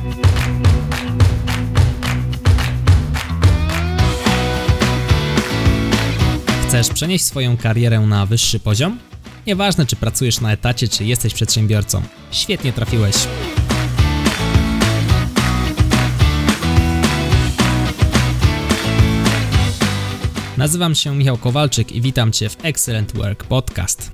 Chcesz przenieść swoją karierę na wyższy poziom? Nieważne, czy pracujesz na etacie, czy jesteś przedsiębiorcą. Świetnie trafiłeś. Nazywam się Michał Kowalczyk i witam Cię w Excellent Work Podcast.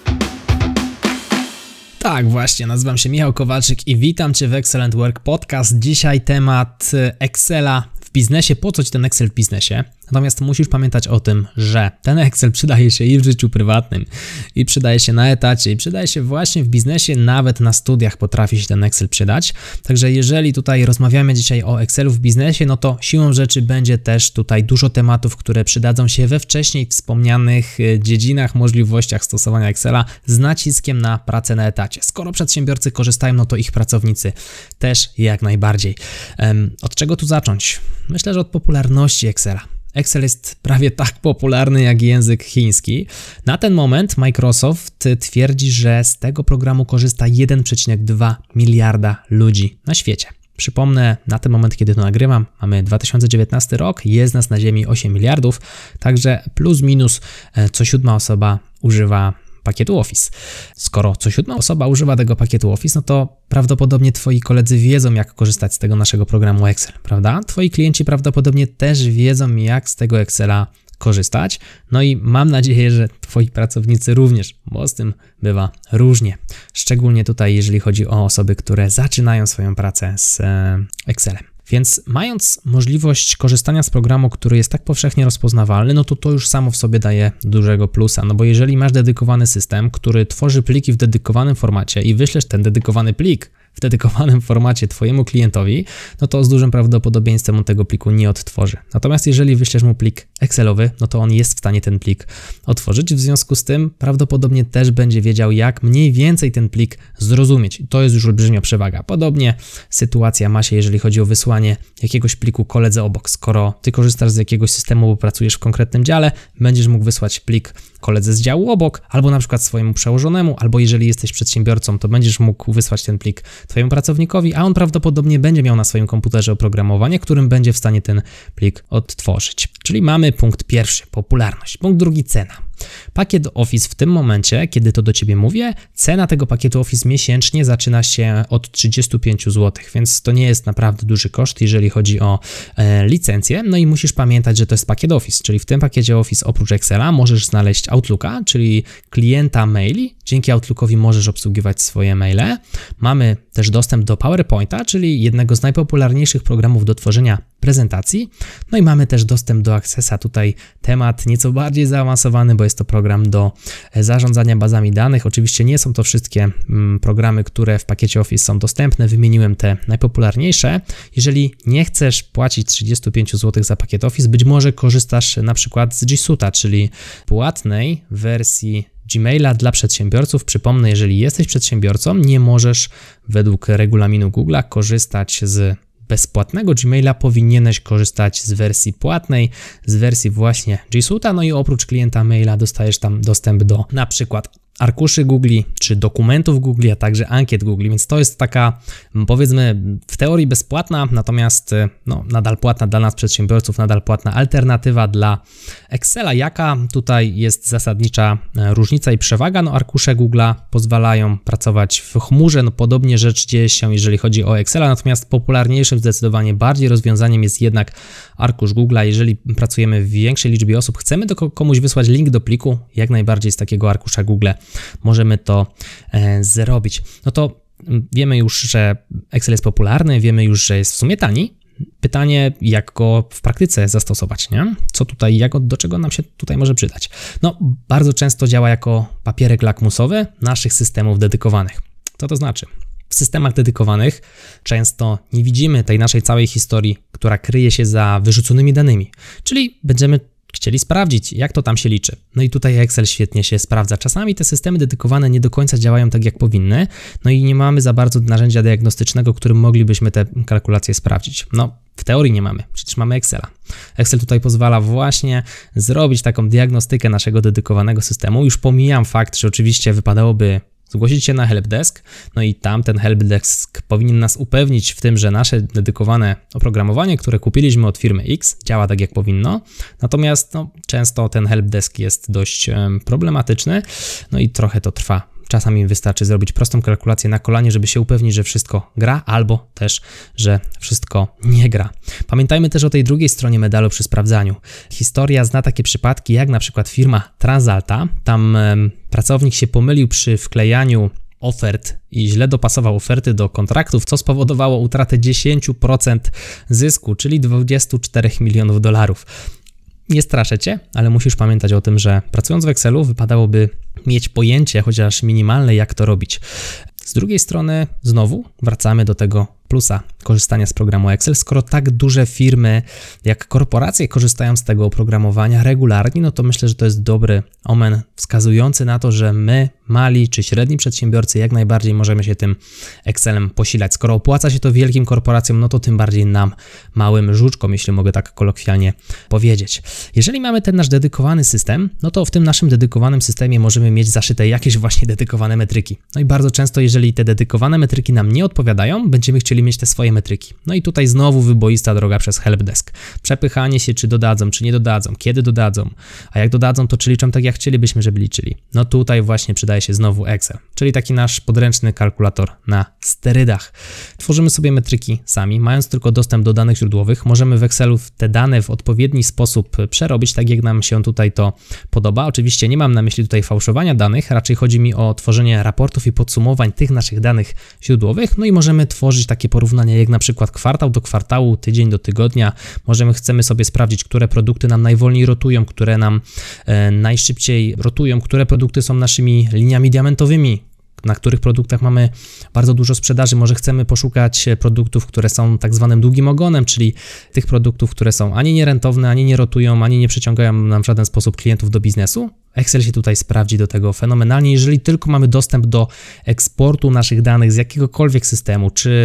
Tak, właśnie, nazywam się Michał Kowalczyk i witam Cię w Excellent Work Podcast. Dzisiaj temat Excela w biznesie. Po co Ci ten Excel w biznesie? Natomiast musisz pamiętać o tym, że ten Excel przydaje się i w życiu prywatnym, i przydaje się na etacie, i przydaje się właśnie w biznesie, nawet na studiach potrafi się ten Excel przydać. Także jeżeli tutaj rozmawiamy dzisiaj o Excelu w biznesie, no to siłą rzeczy będzie też tutaj dużo tematów, które przydadzą się we wcześniej wspomnianych dziedzinach, możliwościach stosowania Excela z naciskiem na pracę na etacie. Skoro przedsiębiorcy korzystają, no to ich pracownicy też jak najbardziej. Od czego tu zacząć? Myślę, że od popularności Excela. Excel jest prawie tak popularny jak język chiński. Na ten moment Microsoft twierdzi, że z tego programu korzysta 1,2 miliarda ludzi na świecie. Przypomnę, na ten moment, kiedy to nagrywam, mamy 2019 rok, jest nas na ziemi 8 miliardów, także plus minus co 7 osoba używa pakietu Office. Skoro co 7 osoba używa tego pakietu Office, no to prawdopodobnie Twoi koledzy wiedzą, jak korzystać z tego naszego programu Excel, prawda? Twoi klienci prawdopodobnie też wiedzą, jak z tego Excela korzystać. No i mam nadzieję, że Twoi pracownicy również, bo z tym bywa różnie. Szczególnie tutaj, jeżeli chodzi o osoby, które zaczynają swoją pracę z Excelem. Więc mając możliwość korzystania z programu, który jest tak powszechnie rozpoznawalny, no to już samo w sobie daje dużego plusa, no bo jeżeli masz dedykowany system, który tworzy pliki w dedykowanym formacie i wyślesz ten dedykowany plik w dedykowanym formacie Twojemu klientowi, no to z dużym prawdopodobieństwem on tego pliku nie odtworzy. Natomiast jeżeli wyślesz mu plik Excelowy, no to on jest w stanie ten plik otworzyć, w związku z tym prawdopodobnie też będzie wiedział, jak mniej więcej ten plik zrozumieć. I to jest już olbrzymia przewaga. Podobnie sytuacja ma się, jeżeli chodzi o wysłanie jakiegoś pliku koledze obok. Skoro Ty korzystasz z jakiegoś systemu, bo pracujesz w konkretnym dziale, będziesz mógł wysłać plik koledze z działu obok, albo na przykład swojemu przełożonemu, albo jeżeli jesteś przedsiębiorcą, to będziesz mógł wysłać ten plik Twojemu pracownikowi, a on prawdopodobnie będzie miał na swoim komputerze oprogramowanie, którym będzie w stanie ten plik odtworzyć. Czyli mamy punkt pierwszy, popularność. Punkt drugi, cena. Pakiet Office w tym momencie, kiedy to do Ciebie mówię, cena tego pakietu Office miesięcznie zaczyna się od 35 zł, więc to nie jest naprawdę duży koszt, jeżeli chodzi o licencję. No i musisz pamiętać, że to jest pakiet Office, czyli w tym pakiecie Office oprócz Excela możesz znaleźć Outlooka, czyli klienta maili. Dzięki Outlookowi możesz obsługiwać swoje maile. Mamy też dostęp do PowerPointa, czyli jednego z najpopularniejszych programów do tworzenia prezentacji. No i mamy też dostęp do Accessa. Tutaj temat nieco bardziej zaawansowany, bo jest to program do zarządzania bazami danych. Oczywiście nie są to wszystkie programy, które w pakiecie Office są dostępne. Wymieniłem te najpopularniejsze. Jeżeli nie chcesz płacić 35 zł za pakiet Office, być może korzystasz na przykład z G Suite'a, czyli płatnej wersji Gmaila dla przedsiębiorców. Przypomnę, jeżeli jesteś przedsiębiorcą, nie możesz według regulaminu Google'a korzystać z bezpłatnego Gmaila, powinieneś korzystać z wersji płatnej, z wersji właśnie G Suite'a, no i oprócz klienta maila dostajesz tam dostęp do na przykład arkuszy Google, czy dokumentów Google, a także ankiet Google, więc to jest taka, powiedzmy, w teorii bezpłatna, natomiast nadal płatna dla nas przedsiębiorców, nadal płatna alternatywa dla Excela. Jaka tutaj jest zasadnicza różnica i przewaga? Arkusze Google'a pozwalają pracować w chmurze, podobnie rzecz dzieje się, jeżeli chodzi o Excela, natomiast popularniejszym zdecydowanie bardziej rozwiązaniem jest jednak arkusz Google'a. Jeżeli pracujemy w większej liczbie osób, chcemy komuś wysłać link do pliku, jak najbardziej z takiego arkusza Google możemy to zrobić. No to wiemy już, że Excel jest popularny, wiemy już, że jest w sumie tani. Pytanie, jak go w praktyce zastosować, nie? Co tutaj, do czego nam się tutaj może przydać? Bardzo często działa jako papierek lakmusowy naszych systemów dedykowanych. Co to znaczy? W systemach dedykowanych często nie widzimy tej naszej całej historii, która kryje się za wyrzuconymi danymi, czyli będziemy chcieli sprawdzić, jak to tam się liczy. No i tutaj Excel świetnie się sprawdza. Czasami te systemy dedykowane nie do końca działają tak, jak powinny, no i nie mamy za bardzo narzędzia diagnostycznego, którym moglibyśmy te kalkulacje sprawdzić. W teorii nie mamy, przecież mamy Excela. Excel tutaj pozwala właśnie zrobić taką diagnostykę naszego dedykowanego systemu. Już pomijam fakt, że oczywiście wypadałoby zgłosić się na helpdesk, no i tam ten helpdesk powinien nas upewnić w tym, że nasze dedykowane oprogramowanie, które kupiliśmy od firmy X, działa tak jak powinno, natomiast często ten helpdesk jest dość problematyczny, no i trochę to trwa. Czasami wystarczy zrobić prostą kalkulację na kolanie, żeby się upewnić, że wszystko gra, albo też, że wszystko nie gra. Pamiętajmy też o tej drugiej stronie medalu przy sprawdzaniu. Historia zna takie przypadki, jak na przykład firma Transalta. Tam pracownik się pomylił przy wklejaniu ofert i źle dopasował oferty do kontraktów, co spowodowało utratę 10% zysku, czyli $24 milionów. Nie straszę Cię, ale musisz pamiętać o tym, że pracując w Excelu wypadałoby mieć pojęcie, chociaż minimalne, jak to robić. Z drugiej strony znowu wracamy do tego plusa korzystania z programu Excel. Skoro tak duże firmy jak korporacje korzystają z tego oprogramowania regularnie, no to myślę, że to jest dobry omen wskazujący na to, że my, mali czy średni przedsiębiorcy, jak najbardziej możemy się tym Excelem posilać. Skoro opłaca się to wielkim korporacjom, no to tym bardziej nam, małym żuczkom, jeśli mogę tak kolokwialnie powiedzieć. Jeżeli mamy ten nasz dedykowany system, no to w tym naszym dedykowanym systemie możemy mieć zaszyte jakieś właśnie dedykowane metryki. No i bardzo często, jeżeli te dedykowane metryki nam nie odpowiadają, będziemy chcieli mieć te swoje metryki. No i tutaj znowu wyboista droga przez helpdesk. Przepychanie się, czy dodadzą, czy nie dodadzą, kiedy dodadzą, a jak dodadzą, to czy liczą tak, jak chcielibyśmy, żeby liczyli. No tutaj właśnie przydaje się znowu Excel, czyli taki nasz podręczny kalkulator na sterydach. Tworzymy sobie metryki sami, mając tylko dostęp do danych źródłowych, możemy w Excelu te dane w odpowiedni sposób przerobić, tak jak nam się tutaj to podoba. Oczywiście nie mam na myśli tutaj fałszowania danych, raczej chodzi mi o tworzenie raportów i podsumowań tych naszych danych źródłowych, no i możemy tworzyć takie porównania jak na przykład kwartał do kwartału, tydzień do tygodnia. Chcemy sobie sprawdzić, które produkty nam najwolniej rotują, które nam najszybciej rotują, które produkty są naszymi liniami diamentowymi, na których produktach mamy bardzo dużo sprzedaży. Może chcemy poszukać produktów, które są tak zwanym długim ogonem, czyli tych produktów, które są ani nierentowne, ani nie rotują, ani nie przyciągają nam w żaden sposób klientów do biznesu. Excel się tutaj sprawdzi do tego fenomenalnie, jeżeli tylko mamy dostęp do eksportu naszych danych z jakiegokolwiek systemu, czy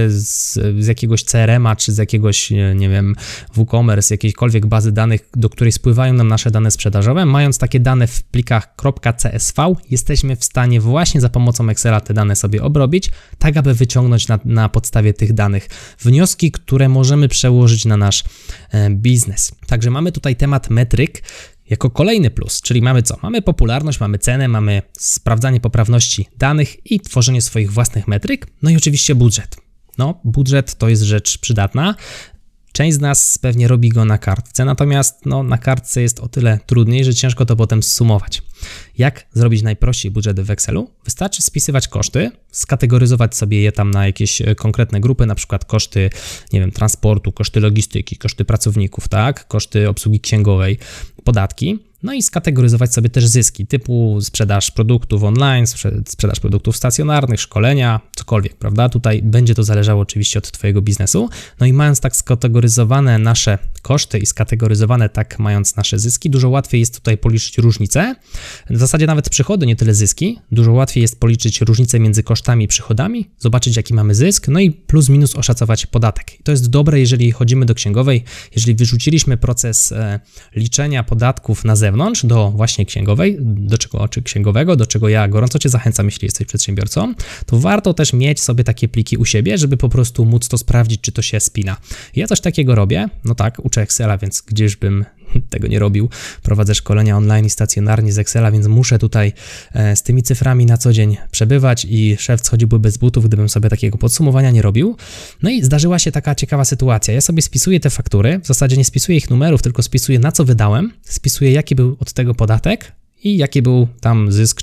z jakiegoś CRM-a, czy z jakiegoś, nie wiem, WooCommerce, jakiejkolwiek bazy danych, do której spływają nam nasze dane sprzedażowe. Mając takie dane w plikach .csv, jesteśmy w stanie właśnie za pomocą Excela te dane sobie obrobić, tak aby wyciągnąć na podstawie tych danych wnioski, które możemy przełożyć na nasz biznes. Także mamy tutaj temat metryk jako kolejny plus, czyli mamy co? Mamy popularność, mamy cenę, mamy sprawdzanie poprawności danych i tworzenie swoich własnych metryk, no i oczywiście budżet. No, budżet to jest rzecz przydatna. Część z nas pewnie robi go na kartce, natomiast na kartce jest o tyle trudniej, że ciężko to potem zsumować. Jak zrobić najprościej budżet w Excelu? Wystarczy spisywać koszty, skategoryzować sobie je tam na jakieś konkretne grupy, na przykład koszty, nie wiem, transportu, koszty logistyki, koszty pracowników, tak, koszty obsługi księgowej, podatki. No i skategoryzować sobie też zyski, typu sprzedaż produktów online, sprzedaż produktów stacjonarnych, szkolenia, cokolwiek, prawda? Tutaj będzie to zależało oczywiście od Twojego biznesu. No i mając tak skategoryzowane nasze koszty i skategoryzowane tak mając nasze zyski, dużo łatwiej jest tutaj policzyć różnicę. W zasadzie nawet przychody, nie tyle zyski. Dużo łatwiej jest policzyć różnicę między kosztami i przychodami, zobaczyć jaki mamy zysk, no i plus minus oszacować podatek. I to jest dobre, jeżeli chodzimy do księgowej, jeżeli wyrzuciliśmy proces liczenia podatków na zewnątrz do właśnie księgowej, czy księgowego, do czego ja gorąco Cię zachęcam, jeśli jesteś przedsiębiorcą, to warto też mieć sobie takie pliki u siebie, żeby po prostu móc to sprawdzić, czy to się spina. Ja coś takiego robię, no tak, uczę Excela, więc gdzieżbym tego nie robił. Prowadzę szkolenia online i stacjonarnie z Excela, więc muszę tutaj z tymi cyframi na co dzień przebywać i szef schodziłby bez butów, gdybym sobie takiego podsumowania nie robił. No i zdarzyła się taka ciekawa sytuacja. Ja sobie spisuję te faktury, w zasadzie nie spisuję ich numerów, tylko spisuję na co wydałem, spisuję jaki był od tego podatek i jaki był tam zysk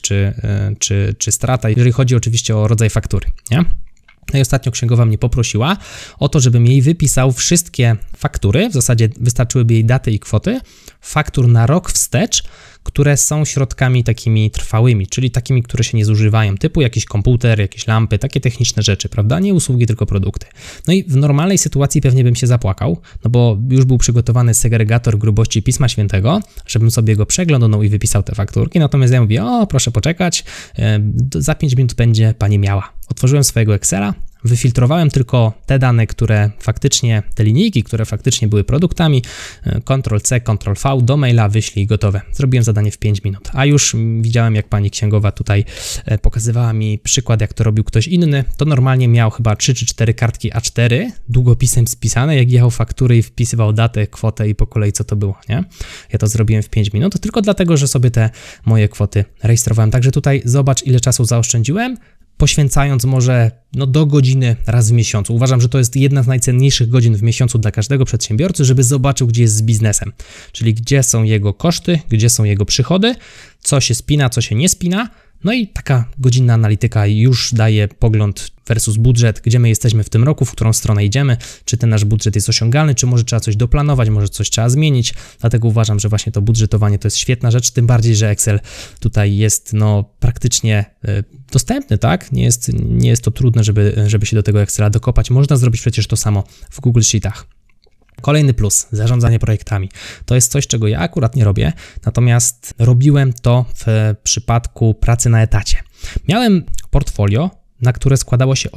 czy strata, jeżeli chodzi oczywiście o rodzaj faktury, nie? No i ostatnio księgowa mnie poprosiła o to, żebym jej wypisał wszystkie faktury, w zasadzie wystarczyłyby jej daty i kwoty, faktur na rok wstecz, które są środkami takimi trwałymi, czyli takimi, które się nie zużywają, typu jakiś komputer, jakieś lampy, takie techniczne rzeczy, prawda? Nie usługi, tylko produkty. No i w normalnej sytuacji pewnie bym się zapłakał, no bo już był przygotowany segregator grubości Pisma Świętego, żebym sobie go przeglądnął i wypisał te fakturki, natomiast ja mówię, proszę poczekać, za 5 minut będzie pani miała. Otworzyłem swojego Excela, wyfiltrowałem tylko te dane, te linijki, które faktycznie były produktami, Ctrl-C, Ctrl-V, do maila wyślij, gotowe. Zrobiłem zadanie w 5 minut, a już widziałem, jak pani księgowa tutaj pokazywała mi przykład, jak to robił ktoś inny, to normalnie miał chyba 3 czy 4 kartki A4 długopisem spisane, jak jechał faktury i wpisywał datę, kwotę i po kolei co to było, nie? Ja to zrobiłem w 5 minut, tylko dlatego, że sobie te moje kwoty rejestrowałem. Także tutaj zobacz, ile czasu zaoszczędziłem, poświęcając może do godziny raz w miesiącu. Uważam, że to jest jedna z najcenniejszych godzin w miesiącu dla każdego przedsiębiorcy, żeby zobaczył, gdzie jest z biznesem, czyli gdzie są jego koszty, gdzie są jego przychody, co się spina, co się nie spina. No i taka godzinna analityka już daje pogląd versus budżet, gdzie my jesteśmy w tym roku, w którą stronę idziemy, czy ten nasz budżet jest osiągalny, czy może trzeba coś doplanować, może coś trzeba zmienić. Dlatego uważam, że właśnie to budżetowanie to jest świetna rzecz, tym bardziej, że Excel tutaj jest praktycznie dostępny, tak? Nie jest to trudne, żeby się do tego Excela dokopać. Można zrobić przecież to samo w Google Sheetach. Kolejny plus, zarządzanie projektami. To jest coś, czego ja akurat nie robię, natomiast robiłem to w przypadku pracy na etacie. Miałem portfolio, na które składało się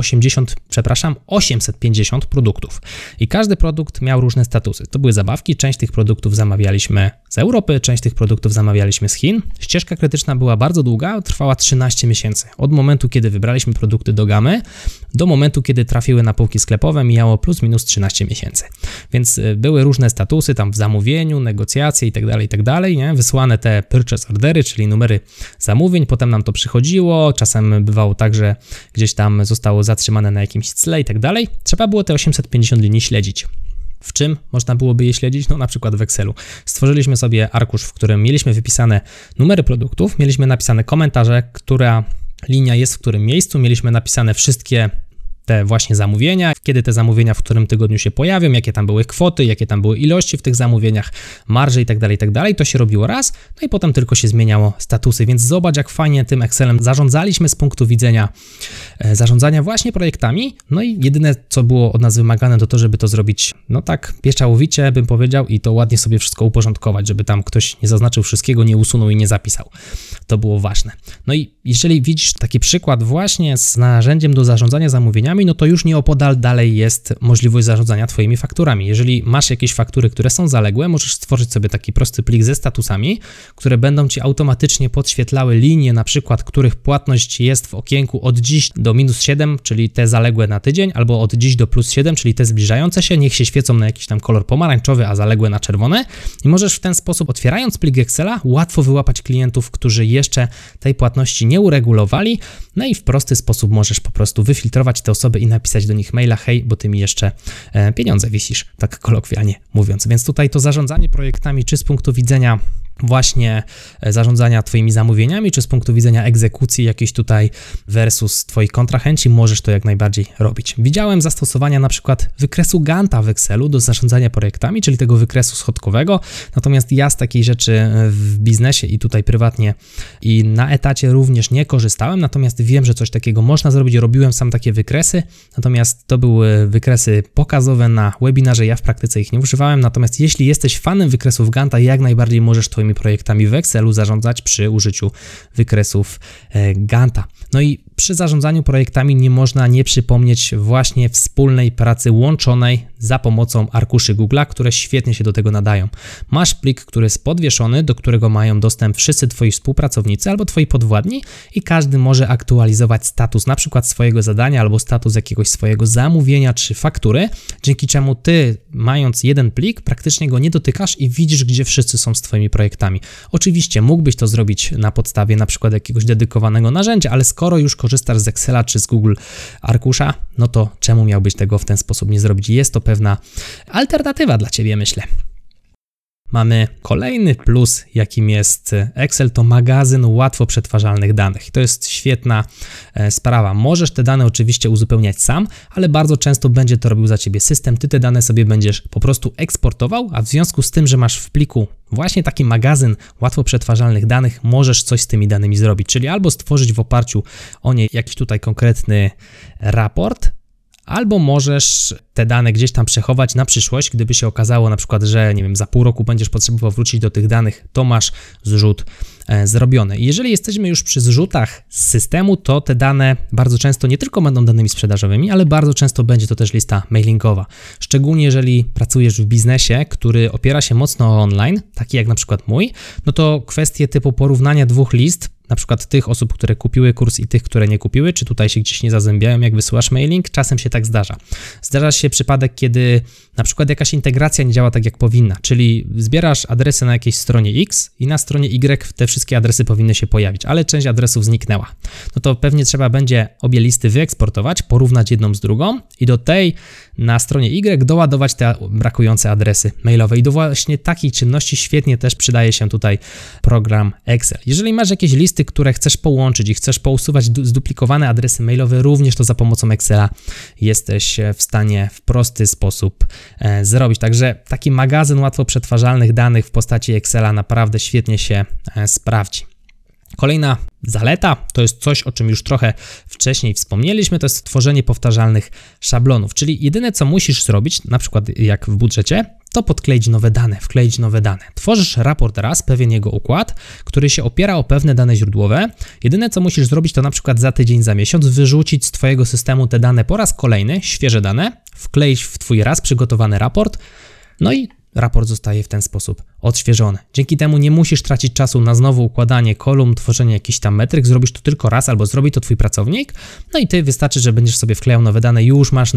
850 produktów i każdy produkt miał różne statusy. To były zabawki, część tych produktów zamawialiśmy z Europy, część tych produktów zamawialiśmy z Chin. Ścieżka krytyczna była bardzo długa, trwała 13 miesięcy. Od momentu, kiedy wybraliśmy produkty do gamy, do momentu, kiedy trafiły na półki sklepowe, mijało plus minus 13 miesięcy. Więc były różne statusy tam w zamówieniu, negocjacje itd., nie? Wysłane te purchase ordery, czyli numery zamówień, potem nam to przychodziło, czasem bywało tak, że gdzieś tam zostało zatrzymane na jakimś cle i tak dalej. Trzeba było te 850 linii śledzić. W czym można byłoby je śledzić? Na przykład w Excelu. Stworzyliśmy sobie arkusz, w którym mieliśmy wypisane numery produktów, mieliśmy napisane komentarze, która linia jest w którym miejscu, mieliśmy napisane wszystkie te właśnie zamówienia, kiedy te zamówienia w którym tygodniu się pojawią, jakie tam były kwoty, jakie tam były ilości w tych zamówieniach, marże itd., to się robiło raz, i potem tylko się zmieniało statusy, więc zobacz, jak fajnie tym Excelem zarządzaliśmy z punktu widzenia zarządzania właśnie projektami, i jedyne, co było od nas wymagane, to żeby to zrobić, tak pieczołowicie bym powiedział i to ładnie sobie wszystko uporządkować, żeby tam ktoś nie zaznaczył wszystkiego, nie usunął i nie zapisał. To było ważne. I jeżeli widzisz taki przykład właśnie z narzędziem do zarządzania zamówieniami, to już nieopodal dalej jest możliwość zarządzania Twoimi fakturami. Jeżeli masz jakieś faktury, które są zaległe, możesz stworzyć sobie taki prosty plik ze statusami, które będą Ci automatycznie podświetlały linie, na przykład, których płatność jest w okienku od dziś do -7, czyli te zaległe na tydzień, albo od dziś do +7, czyli te zbliżające się, niech się świecą na jakiś tam kolor pomarańczowy, a zaległe na czerwone i możesz w ten sposób, otwierając plik Excela, łatwo wyłapać klientów, którzy jeszcze tej płatności nie uregulowali, i w prosty sposób możesz po prostu wyfiltrować te osoby i napisać do nich maila: hej, bo ty mi jeszcze pieniądze wisisz, tak kolokwialnie mówiąc. Więc tutaj to zarządzanie projektami, czy z punktu widzenia właśnie zarządzania Twoimi zamówieniami, czy z punktu widzenia egzekucji jakiejś tutaj versus Twoich kontrahenci, możesz to jak najbardziej robić. Widziałem zastosowania na przykład wykresu Ganta w Excelu do zarządzania projektami, czyli tego wykresu schodkowego, natomiast ja z takiej rzeczy w biznesie i tutaj prywatnie i na etacie również nie korzystałem, natomiast wiem, że coś takiego można zrobić, robiłem sam takie wykresy, natomiast to były wykresy pokazowe na webinarze, ja w praktyce ich nie używałem, natomiast jeśli jesteś fanem wykresów Ganta, jak najbardziej możesz Twoimi projektami w Excelu zarządzać przy użyciu wykresów Ganta. I przy zarządzaniu projektami nie można nie przypomnieć właśnie wspólnej pracy łączonej za pomocą arkuszy Google'a, które świetnie się do tego nadają. Masz plik, który jest podwieszony, do którego mają dostęp wszyscy Twoi współpracownicy albo Twoi podwładni i każdy może aktualizować status na przykład swojego zadania albo status jakiegoś swojego zamówienia czy faktury, dzięki czemu Ty, mając jeden plik, praktycznie go nie dotykasz i widzisz, gdzie wszyscy są z Twoimi projektami. Oczywiście mógłbyś to zrobić na podstawie na przykład jakiegoś dedykowanego narzędzia, ale skoro już korzystasz z Excela czy z Google Arkusza, to czemu miałbyś tego w ten sposób nie zrobić? Jest to pewna alternatywa dla Ciebie, myślę. Mamy kolejny plus, jakim jest Excel, to magazyn łatwo przetwarzalnych danych. To jest świetna sprawa. Możesz te dane oczywiście uzupełniać sam, ale bardzo często będzie to robił za Ciebie system. Ty te dane sobie będziesz po prostu eksportował, a w związku z tym, że masz w pliku właśnie taki magazyn łatwo przetwarzalnych danych, możesz coś z tymi danymi zrobić, czyli albo stworzyć w oparciu o nie jakiś tutaj konkretny raport, albo możesz te dane gdzieś tam przechować na przyszłość, gdyby się okazało na przykład, że za pół roku będziesz potrzebował wrócić do tych danych, to masz zrzut zrobione. I jeżeli jesteśmy już przy zrzutach z systemu, to te dane bardzo często nie tylko będą danymi sprzedażowymi, ale bardzo często będzie to też lista mailingowa. Szczególnie jeżeli pracujesz w biznesie, który opiera się mocno online, taki jak na przykład mój, no to kwestie typu porównania dwóch list, na przykład tych osób, które kupiły kurs i tych, które nie kupiły, czy tutaj się gdzieś nie zazębiają, jak wysyłasz mailing, czasem się tak zdarza. Zdarza się przypadek, kiedy na przykład jakaś integracja nie działa tak, jak powinna, czyli zbierasz adresy na jakiejś stronie X i na stronie Y te wszystkie adresy powinny się pojawić, ale część adresów zniknęła. No to pewnie trzeba będzie obie listy wyeksportować, porównać jedną z drugą i do tej na stronie Y doładować te brakujące adresy mailowe. I do właśnie takiej czynności świetnie też przydaje się tutaj program Excel. Jeżeli masz jakieś listy, które chcesz połączyć i chcesz pousuwać zduplikowane adresy mailowe, również to za pomocą Excela jesteś w stanie w prosty sposób zrobić. Także taki magazyn łatwo przetwarzalnych danych w postaci Excela naprawdę świetnie się sprawdzi. Kolejna zaleta to jest coś, o czym już trochę wcześniej wspomnieliśmy, to jest tworzenie powtarzalnych szablonów, czyli jedyne co musisz zrobić, na przykład jak w budżecie, to podkleić nowe dane, wkleić nowe dane. Tworzysz raport raz, pewien jego układ, który się opiera o pewne dane źródłowe. Jedyne co musisz zrobić to na przykład za tydzień, za miesiąc wyrzucić z Twojego systemu te dane po raz kolejny, świeże dane, wkleić w Twój raz przygotowany raport, no i raport zostaje w ten sposób odświeżony. Dzięki temu nie musisz tracić czasu na znowu układanie kolumn, tworzenie jakichś tam metryk, zrobisz to tylko raz albo zrobi to Twój pracownik, no i Ty wystarczy, że będziesz sobie wklejał nowe dane, już masz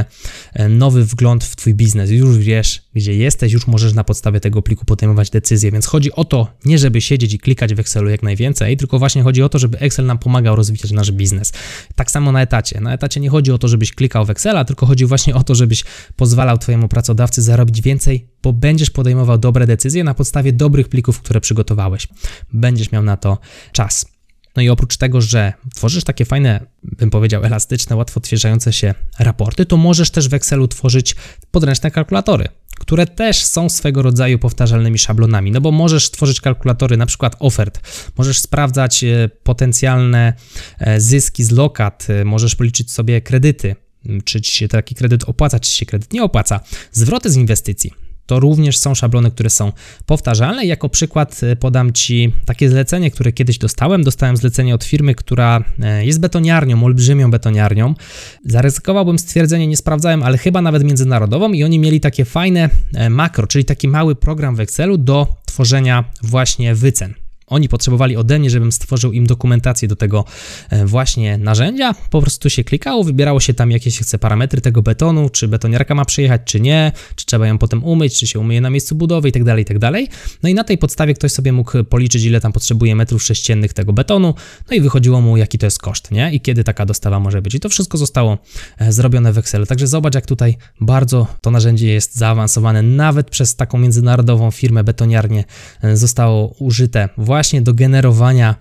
nowy wgląd w Twój biznes, już wiesz, gdzie jesteś, już możesz na podstawie tego pliku podejmować decyzje, więc chodzi o to, nie żeby siedzieć i klikać w Excelu jak najwięcej, tylko właśnie chodzi o to, żeby Excel nam pomagał rozwijać nasz biznes. Tak samo na etacie. Na etacie nie chodzi o to, żebyś klikał w Excela, tylko chodzi właśnie o to, żebyś pozwalał Twojemu pracodawcy zarobić więcej, bo będziesz podejmował dobre decyzje na podstawie dobrych plików, które przygotowałeś. Będziesz miał na to czas. No i oprócz tego, że tworzysz takie fajne, bym powiedział, elastyczne, łatwo odświeżające się raporty, to możesz też w Excelu tworzyć podręczne kalkulatory, które też są swego rodzaju powtarzalnymi szablonami, no bo możesz tworzyć kalkulatory na przykład ofert, możesz sprawdzać potencjalne zyski z lokat, możesz policzyć sobie kredyty, czy ci się taki kredyt opłaca, czy ci się kredyt nie opłaca, zwroty z inwestycji. To również są szablony, które są powtarzalne. Jako przykład podam Ci takie zlecenie, które kiedyś dostałem. Dostałem zlecenie od firmy, która jest betoniarnią, olbrzymią betoniarnią. Zaryzykowałbym stwierdzenie, nie sprawdzałem, ale chyba nawet międzynarodową i oni mieli takie fajne makro, czyli taki mały program w Excelu do tworzenia właśnie wycen. Oni potrzebowali ode mnie, żebym stworzył im dokumentację do tego właśnie narzędzia. Po prostu się klikało, wybierało się tam jakie się chce parametry tego betonu, czy betoniarka ma przyjechać, czy nie, czy trzeba ją potem umyć, czy się umyje na miejscu budowy itd., itd. No i na tej podstawie ktoś sobie mógł policzyć, ile tam potrzebuje metrów sześciennych tego betonu, no i wychodziło mu, jaki to jest koszt, nie? I kiedy taka dostawa może być. I to wszystko zostało zrobione w Excelu. Także zobacz, jak tutaj bardzo to narzędzie jest zaawansowane. Nawet przez taką międzynarodową firmę betoniarnię zostało użyte właśnie do generowania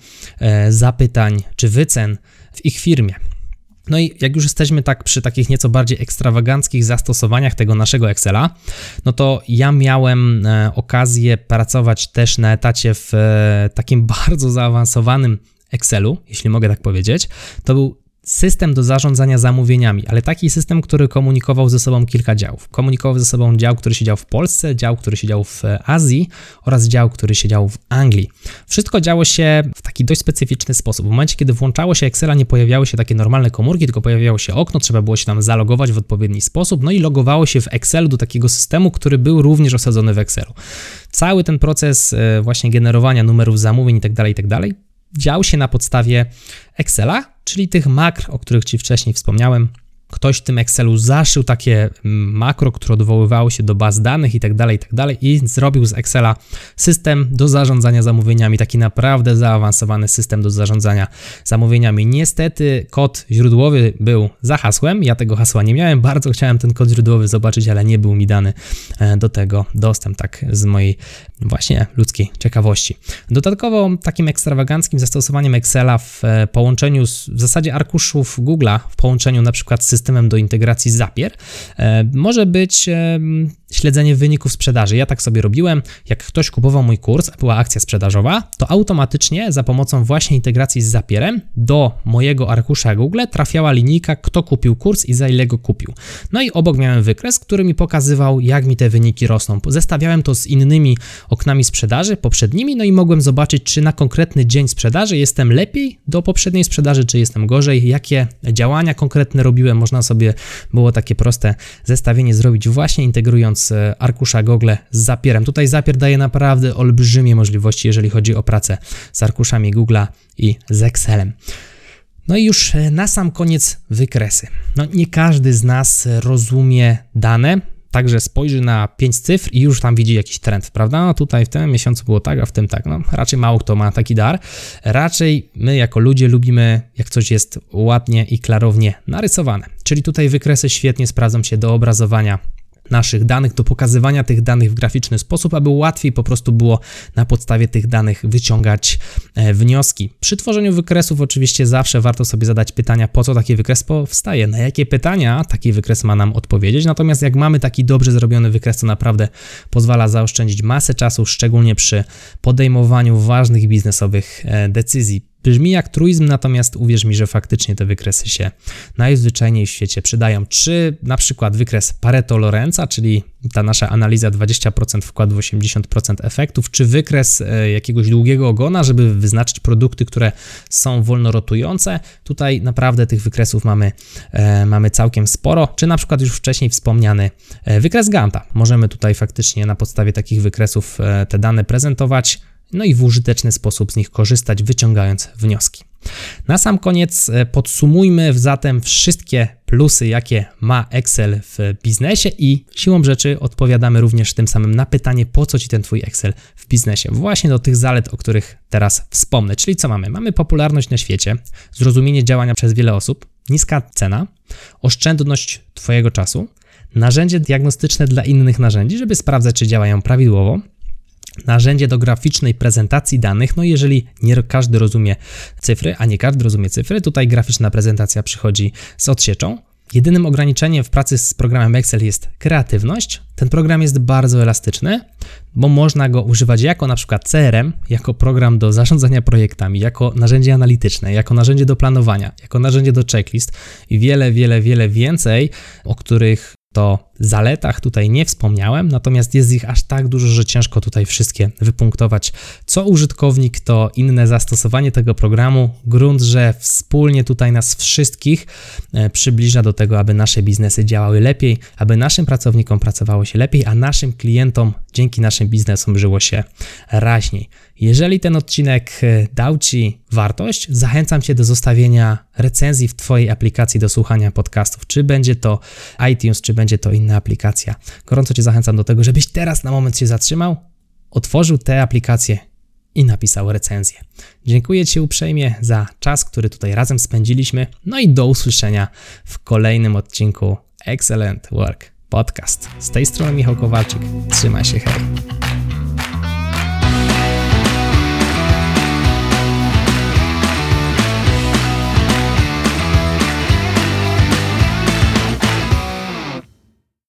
zapytań czy wycen w ich firmie. No i jak już jesteśmy tak przy takich nieco bardziej ekstrawaganckich zastosowaniach tego naszego Excela, no to ja miałem okazję pracować też na etacie w takim bardzo zaawansowanym Excelu, jeśli mogę tak powiedzieć. To był system do zarządzania zamówieniami, ale taki system, który komunikował ze sobą kilka działów. Komunikował ze sobą dział, który siedział w Polsce, dział, który siedział w Azji oraz dział, który siedział w Anglii. Wszystko działo się w taki dość specyficzny sposób. W momencie, kiedy włączało się Excela, nie pojawiały się takie normalne komórki, tylko pojawiało się okno, trzeba było się tam zalogować w odpowiedni sposób, no i logowało się w Excelu do takiego systemu, który był również osadzony w Excelu. Cały ten proces właśnie generowania numerów zamówień itd. Dział się na podstawie Excela, czyli tych makr, o których Ci wcześniej wspomniałem. Ktoś w tym Excelu zaszył takie makro, które odwoływało się do baz danych itd. I zrobił z Excela system do zarządzania zamówieniami, taki naprawdę zaawansowany system do zarządzania zamówieniami. Niestety kod źródłowy był za hasłem, ja tego hasła nie miałem, bardzo chciałem ten kod źródłowy zobaczyć, ale nie był mi dany do tego dostęp, tak z mojej właśnie ludzkiej ciekawości. Dodatkowo takim ekstrawaganckim zastosowaniem Excela w połączeniu w zasadzie arkuszów Google'a, w połączeniu na przykład z systemem do integracji Zapier może być śledzenie wyników sprzedaży. Ja tak sobie robiłem, jak ktoś kupował mój kurs, była akcja sprzedażowa, to automatycznie za pomocą właśnie integracji z Zapierem do mojego arkusza Google trafiała linijka, kto kupił kurs i za ile go kupił. No i obok miałem wykres, który mi pokazywał, jak mi te wyniki rosną. Zestawiałem to z innymi oknami sprzedaży poprzednimi, no i mogłem zobaczyć, czy na konkretny dzień sprzedaży jestem lepiej do poprzedniej sprzedaży, czy jestem gorzej, jakie działania konkretne robiłem. Można sobie było takie proste zestawienie zrobić właśnie integrując arkusza Google z Zapierem. Tutaj Zapier daje naprawdę olbrzymie możliwości, jeżeli chodzi o pracę z arkuszami Google'a i z Excelem. No i już na sam koniec wykresy. No nie każdy z nas rozumie dane, także spojrzy na 5 cyfr i już tam widzi jakiś trend, prawda? No tutaj w tym miesiącu było tak, a w tym tak. No raczej mało kto ma taki dar. Raczej my jako ludzie lubimy, jak coś jest ładnie i klarownie narysowane. Czyli tutaj wykresy świetnie sprawdzą się do obrazowania naszych danych, do pokazywania tych danych w graficzny sposób, aby łatwiej po prostu było na podstawie tych danych wyciągać wnioski. Przy tworzeniu wykresów oczywiście zawsze warto sobie zadać pytania, po co taki wykres powstaje, na jakie pytania taki wykres ma nam odpowiedzieć, natomiast jak mamy taki dobrze zrobiony wykres, to naprawdę pozwala zaoszczędzić masę czasu, szczególnie przy podejmowaniu ważnych biznesowych decyzji. Brzmi jak truizm, natomiast uwierz mi, że faktycznie te wykresy się najzwyczajniej w świecie przydają. Czy na przykład wykres Pareto-Lorenza, czyli ta nasza analiza 20% wkładu, 80% efektów, czy wykres jakiegoś długiego ogona, żeby wyznaczyć produkty, które są wolno rotujące. Tutaj naprawdę tych wykresów mamy całkiem sporo, czy na przykład już wcześniej wspomniany wykres Ganta. Możemy tutaj faktycznie na podstawie takich wykresów te dane prezentować, no i w użyteczny sposób z nich korzystać, wyciągając wnioski. Na sam koniec podsumujmy zatem wszystkie plusy, jakie ma Excel w biznesie i siłą rzeczy odpowiadamy również tym samym na pytanie, po co Ci ten Twój Excel w biznesie. Właśnie do tych zalet, o których teraz wspomnę. Czyli co mamy? Mamy popularność na świecie, zrozumienie działania przez wiele osób, niska cena, oszczędność Twojego czasu, narzędzie diagnostyczne dla innych narzędzi, żeby sprawdzać, czy działają prawidłowo, narzędzie do graficznej prezentacji danych, no jeżeli nie każdy rozumie cyfry, a nie każdy rozumie cyfry, tutaj graficzna prezentacja przychodzi z odsieczą. Jedynym ograniczeniem w pracy z programem Excel jest kreatywność. Ten program jest bardzo elastyczny, bo można go używać jako na przykład CRM, jako program do zarządzania projektami, jako narzędzie analityczne, jako narzędzie do planowania, jako narzędzie do checklist i wiele więcej, o których to zaletach tutaj nie wspomniałem, natomiast jest ich aż tak dużo, że ciężko tutaj wszystkie wypunktować. Co użytkownik, to inne zastosowanie tego programu. Grunt, że wspólnie tutaj nas wszystkich przybliża do tego, aby nasze biznesy działały lepiej, aby naszym pracownikom pracowało się lepiej, a naszym klientom dzięki naszym biznesom żyło się raźniej. Jeżeli ten odcinek dał Ci wartość, zachęcam Cię do zostawienia recenzji w Twojej aplikacji do słuchania podcastów. Czy będzie to iTunes, czy będzie to inna aplikacja. Gorąco Cię zachęcam do tego, żebyś teraz na moment się zatrzymał, otworzył tę aplikację i napisał recenzję. Dziękuję Ci uprzejmie za czas, który tutaj razem spędziliśmy. No i do usłyszenia w kolejnym odcinku Excellent Work Podcast. Z tej strony Michał Kowalczyk. Trzymaj się, hej!